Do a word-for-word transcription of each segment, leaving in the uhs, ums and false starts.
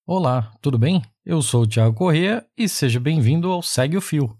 Olá, tudo bem? Eu sou o Thiago Corrêa e seja bem-vindo ao Segue o Fio.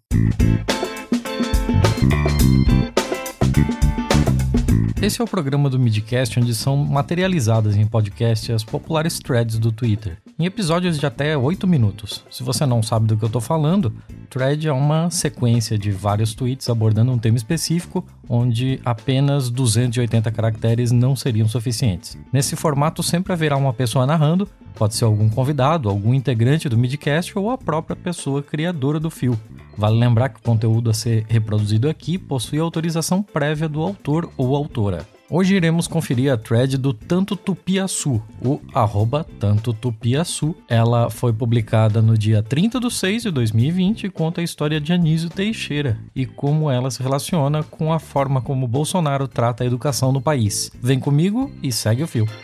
Esse é o programa do Midcast onde são materializadas em podcast as populares threads do Twitter, em episódios de até oito minutos. Se você não sabe do que eu estou falando, thread é uma sequência de vários tweets abordando um tema específico, onde apenas duzentos e oitenta caracteres não seriam suficientes. Nesse formato sempre haverá uma pessoa narrando, pode ser algum convidado, algum integrante do Midcast ou a própria pessoa criadora do fio. Vale lembrar que o conteúdo a ser reproduzido aqui possui autorização prévia do autor ou autora. Hoje iremos conferir a thread do Tanto Tupiaçu, o arroba Tanto Tupiaçu. Ela foi publicada no dia trinta de seis de dois mil e vinte e conta a história de Anísio Teixeira e como ela se relaciona com a forma como Bolsonaro trata a educação no país. Vem comigo e segue o fio.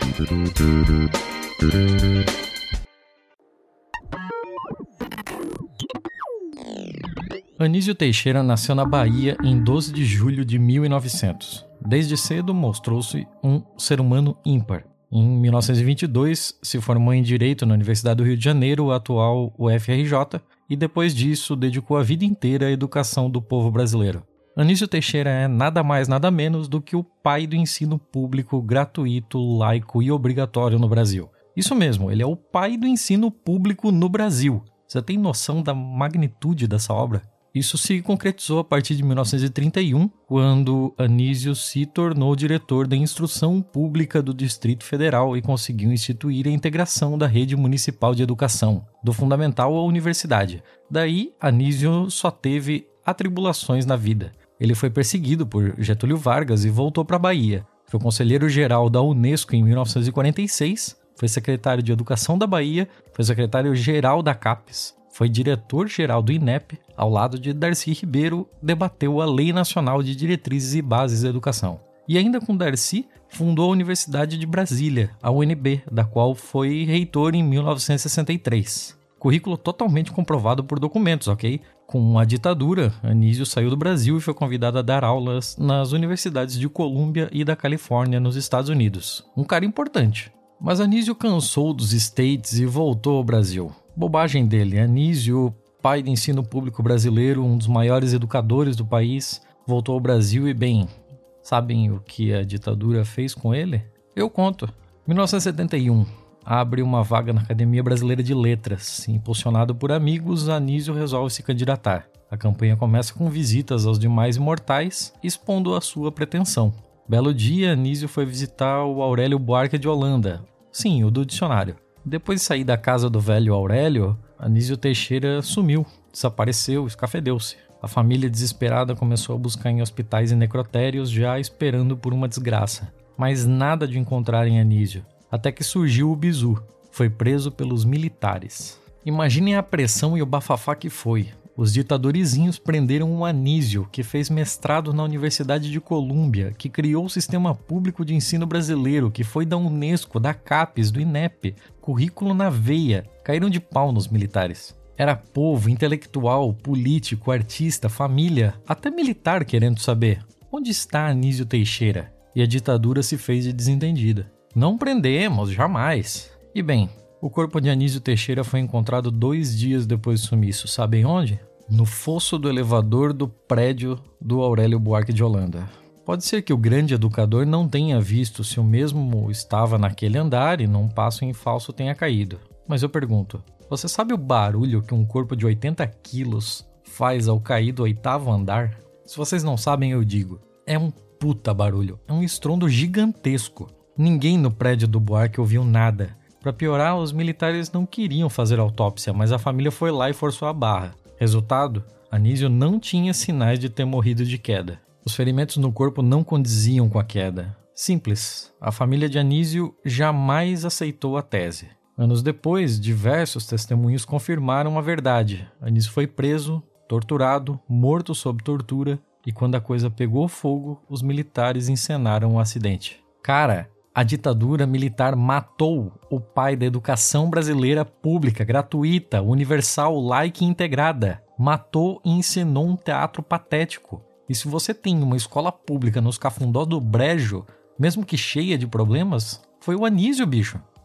Anísio Teixeira nasceu na Bahia em doze de julho de mil e novecentos. Desde cedo mostrou-se um ser humano ímpar. Em mil novecentos e vinte e dois, se formou em Direito na Universidade do Rio de Janeiro, a atual U F R J, e depois disso dedicou a vida inteira à educação do povo brasileiro. Anísio Teixeira é nada mais nada menos do que o pai do ensino público gratuito, laico e obrigatório no Brasil. Isso mesmo, ele é o pai do ensino público no Brasil. Você tem noção da magnitude dessa obra? Isso se concretizou a partir de mil novecentos e trinta e um, quando Anísio se tornou diretor da Instrução Pública do Distrito Federal e conseguiu instituir a integração da rede municipal de educação, do fundamental à universidade. Daí, Anísio só teve atribulações na vida. Ele foi perseguido por Getúlio Vargas e voltou para a Bahia. Foi conselheiro-geral da Unesco em mil novecentos e quarenta e seis, foi secretário de Educação da Bahia, foi secretário-geral da CAPES, foi diretor-geral do INEP, ao lado de Darcy Ribeiro, debateu a Lei Nacional de Diretrizes e Bases da Educação. E ainda com Darcy, fundou a Universidade de Brasília, a U N B, da qual foi reitor em mil novecentos e sessenta e três. Currículo totalmente comprovado por documentos, ok? Com a ditadura, Anísio saiu do Brasil e foi convidado a dar aulas nas universidades de Colômbia e da Califórnia, nos Estados Unidos. Um cara importante. Mas Anísio cansou dos States e voltou ao Brasil. Bobagem dele, Anísio, pai de ensino público brasileiro, um dos maiores educadores do país, voltou ao Brasil e, bem, sabem o que a ditadura fez com ele? Eu conto. mil novecentos e setenta e um, abre uma vaga na Academia Brasileira de Letras. Impulsionado por amigos, Anísio resolve se candidatar. A campanha começa com visitas aos demais imortais, expondo a sua pretensão. Belo dia, Anísio foi visitar o Aurélio Buarque de Holanda. Sim, o do dicionário. Depois de sair da casa do velho Aurélio, Anísio Teixeira sumiu, desapareceu, escafedeu-se. A família desesperada começou a buscar em hospitais e necrotérios, já esperando por uma desgraça. Mas nada de encontrar em Anísio, até que surgiu o Bizu. Foi preso pelos militares. Imaginem a pressão e o bafafá que foi. Os ditadorizinhos prenderam o Anísio, que fez mestrado na Universidade de Colômbia, que criou o Sistema Público de Ensino Brasileiro, que foi da Unesco, da CAPES, do INEP, currículo na veia. Caíram de pau nos militares. Era povo, intelectual, político, artista, família, até militar querendo saber onde está Anísio Teixeira. E a ditadura se fez de desentendida. Não prendemos, jamais. E bem, o corpo de Anísio Teixeira foi encontrado dois dias depois do sumiço. Sabem onde? No fosso do elevador do prédio do Aurélio Buarque de Holanda. Pode ser que o grande educador não tenha visto se o mesmo estava naquele andar e num passo em falso tenha caído. Mas eu pergunto, você sabe o barulho que um corpo de oitenta quilos faz ao cair do oitavo andar? Se vocês não sabem, eu digo, é um puta barulho, é um estrondo gigantesco. Ninguém no prédio do Buarque ouviu nada. Para piorar, os militares não queriam fazer autópsia, mas a família foi lá e forçou a barra. Resultado, Anísio não tinha sinais de ter morrido de queda. Os ferimentos no corpo não condiziam com a queda. Simples, a família de Anísio jamais aceitou a tese. Anos depois, diversos testemunhos confirmaram a verdade. Anísio foi preso, torturado, morto sob tortura, e quando a coisa pegou fogo, os militares encenaram o acidente. Cara, a ditadura militar matou o pai da educação brasileira pública, gratuita, universal, laica e integrada. Matou e encenou um teatro patético. E se você tem uma escola pública nos Cafundó do Brejo, mesmo que cheia de problemas, foi o Anísio, bicho.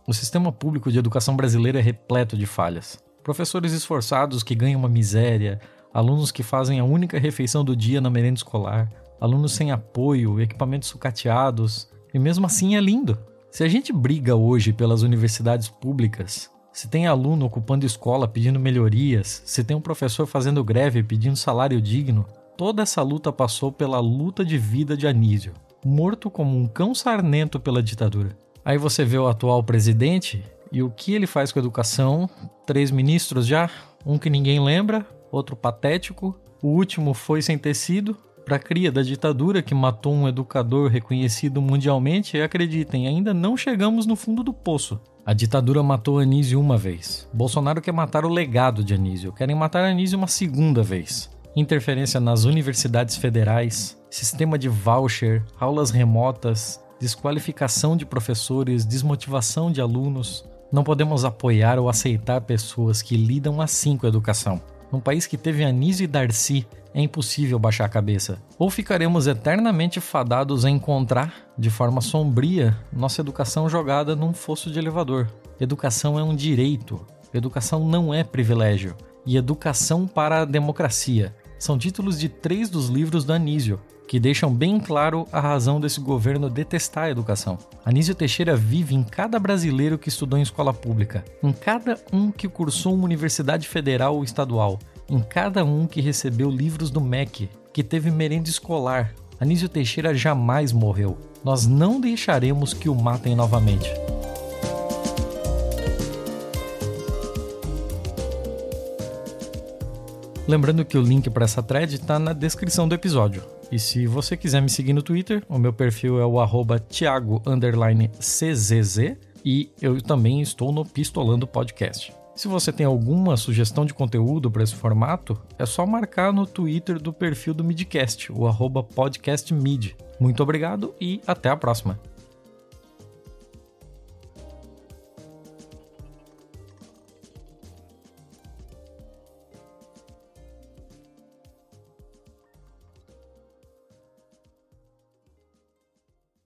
O sistema público de educação brasileiro é repleto de falhas. Professores esforçados que ganham uma miséria, alunos que fazem a única refeição do dia na merenda escolar, alunos sem apoio, equipamentos sucateados, e mesmo assim é lindo. Se a gente briga hoje pelas universidades públicas, se tem aluno ocupando escola pedindo melhorias, se tem um professor fazendo greve pedindo salário digno, toda essa luta passou pela luta de vida de Anísio, morto como um cão sarnento pela ditadura. Aí você vê o atual presidente e o que ele faz com a educação, três ministros já, um que ninguém lembra, outro patético, o último foi sem tecido, para a cria da ditadura que matou um educador reconhecido mundialmente, e acreditem, ainda não chegamos no fundo do poço. A ditadura matou Anísio uma vez. Bolsonaro quer matar o legado de Anísio, querem matar Anísio uma segunda vez. Interferência nas universidades federais, sistema de voucher, aulas remotas, desqualificação de professores, desmotivação de alunos. Não podemos apoiar ou aceitar pessoas que lidam assim com a educação. Num país que teve Anísio e Darcy, é impossível baixar a cabeça. Ou ficaremos eternamente fadados a encontrar, de forma sombria, nossa educação jogada num fosso de elevador. Educação é um direito. Educação não é privilégio. E educação para a democracia. São títulos de três dos livros do Anísio, que deixam bem claro a razão desse governo detestar a educação. Anísio Teixeira vive em cada brasileiro que estudou em escola pública, em cada um que cursou uma universidade federal ou estadual, em cada um que recebeu livros do M E C, que teve merenda escolar. Anísio Teixeira jamais morreu. Nós não deixaremos que o matem novamente. Lembrando que o link para essa thread está na descrição do episódio. E se você quiser me seguir no Twitter, o meu perfil é o arroba Thiago underline C Z Z e eu também estou no Pistolando Podcast. Se você tem alguma sugestão de conteúdo para esse formato, é só marcar no Twitter do perfil do Midcast, o arroba podcastmid. Muito obrigado e até a próxima!